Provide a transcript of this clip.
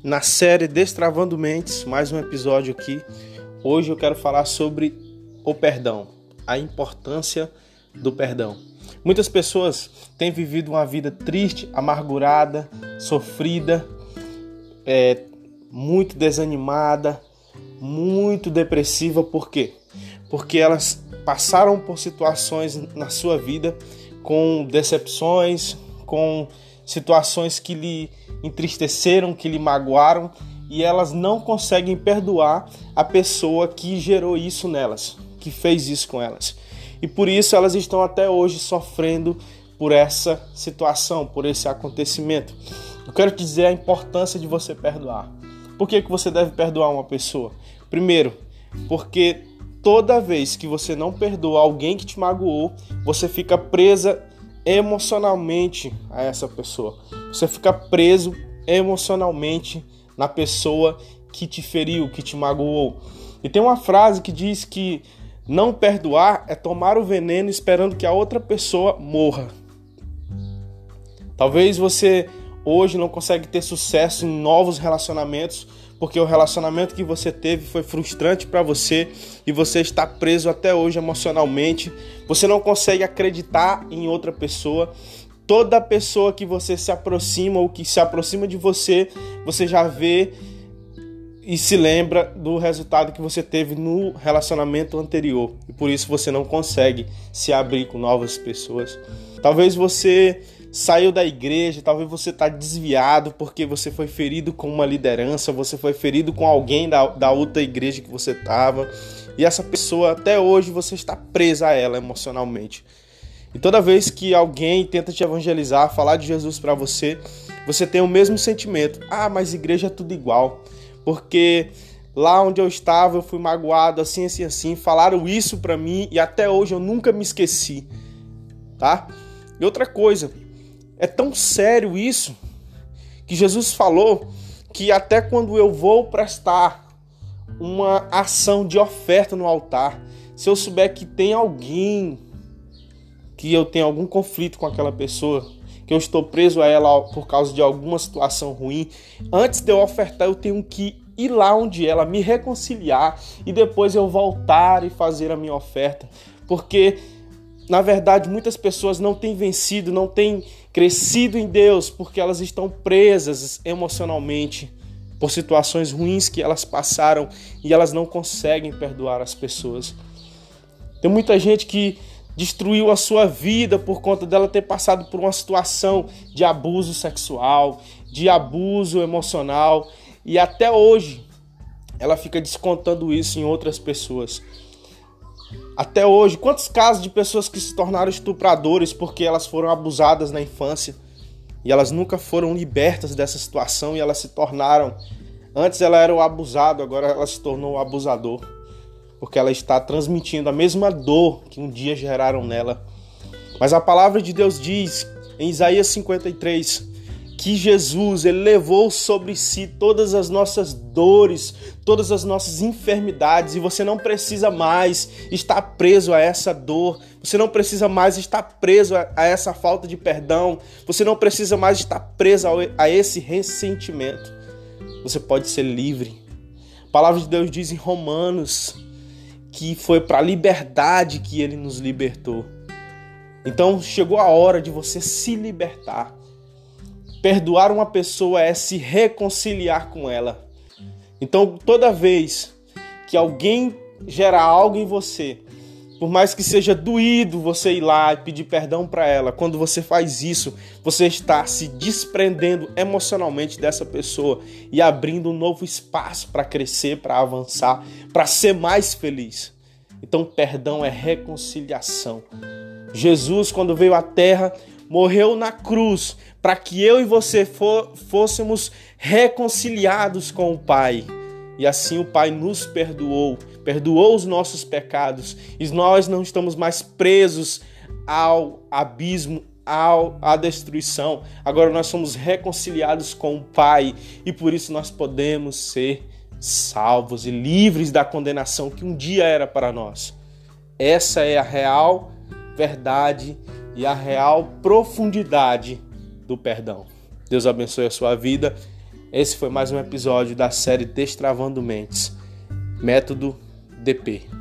na série Destravando Mentes, mais um episódio aqui. Hoje eu quero falar sobre o perdão, a importância do perdão. Muitas pessoas têm vivido uma vida triste, amargurada, sofrida, muito desanimada, muito depressiva. Por quê? Porque elas passaram por situações na sua vida com decepções, com situações que lhe entristeceram, que lhe magoaram, e elas não conseguem perdoar a pessoa que gerou isso nelas, que fez isso com elas. E por isso elas estão até hoje sofrendo por essa situação, por esse acontecimento. Eu quero te dizer a importância de você perdoar. Por que você deve perdoar uma pessoa? Primeiro, porque toda vez que você não perdoa alguém que te magoou, você fica presa emocionalmente a essa pessoa. Você fica preso emocionalmente na pessoa que te feriu, que te magoou. E tem uma frase que diz que não perdoar é tomar o veneno esperando que a outra pessoa morra. Talvez você hoje não consegue ter sucesso em novos relacionamentos porque o relacionamento que você teve foi frustrante para você e você está preso até hoje emocionalmente. Você não consegue acreditar em outra pessoa. Toda pessoa que você se aproxima ou que se aproxima de você, você já vê e se lembra do resultado que você teve no relacionamento anterior. E por isso você não consegue se abrir com novas pessoas. Talvez você saiu da igreja, talvez você está desviado porque você foi ferido com uma liderança, você foi ferido com alguém da outra igreja que você estava, e essa pessoa até hoje você está presa a ela emocionalmente. E toda vez que alguém tenta te evangelizar, falar de Jesus para você, você tem o mesmo sentimento. Mas igreja é tudo igual, porque lá onde eu estava eu fui magoado assim, assim, assim, falaram isso para mim e até hoje eu nunca me esqueci, tá? E outra coisa, é tão sério isso que Jesus falou que até quando eu vou prestar uma ação de oferta no altar, se eu souber que tem alguém, que eu tenho algum conflito com aquela pessoa, que eu estou preso a ela por causa de alguma situação ruim, antes de eu ofertar eu tenho que ir lá onde ela, me reconciliar e depois eu voltar e fazer a minha oferta. Porque na verdade, muitas pessoas não têm vencido, não têm crescido em Deus porque elas estão presas emocionalmente por situações ruins que elas passaram e elas não conseguem perdoar as pessoas. Tem muita gente que destruiu a sua vida por conta dela ter passado por uma situação de abuso sexual, de abuso emocional, e até hoje ela fica descontando isso em outras pessoas. Até hoje, quantos casos de pessoas que se tornaram estupradores porque elas foram abusadas na infância e elas nunca foram libertas dessa situação e elas se tornaram... Antes ela era o abusado, agora ela se tornou o abusador, porque ela está transmitindo a mesma dor que um dia geraram nela. Mas a palavra de Deus diz em Isaías 53 que Jesus, ele levou sobre si todas as nossas dores, todas as nossas enfermidades, e você não precisa mais estar preso a essa dor, você não precisa mais estar preso a essa falta de perdão, você não precisa mais estar preso a esse ressentimento. Você pode ser livre. A palavra de Deus diz em Romanos que foi para a liberdade que ele nos libertou. Então chegou a hora de você se libertar. Perdoar uma pessoa é se reconciliar com ela. Então, toda vez que alguém gera algo em você, por mais que seja doído você ir lá e pedir perdão para ela, quando você faz isso, você está se desprendendo emocionalmente dessa pessoa e abrindo um novo espaço para crescer, para avançar, para ser mais feliz. Então, perdão é reconciliação. Jesus, quando veio à Terra, morreu na cruz para que eu e você fôssemos reconciliados com o Pai. E assim o Pai nos perdoou os nossos pecados. E nós não estamos mais presos ao abismo, à destruição. Agora nós somos reconciliados com o Pai e por isso nós podemos ser salvos e livres da condenação que um dia era para nós. Essa é a real verdade e a real profundidade do perdão. Deus abençoe a sua vida Esse foi mais um episódio da série Destravando Mentes, Método DP.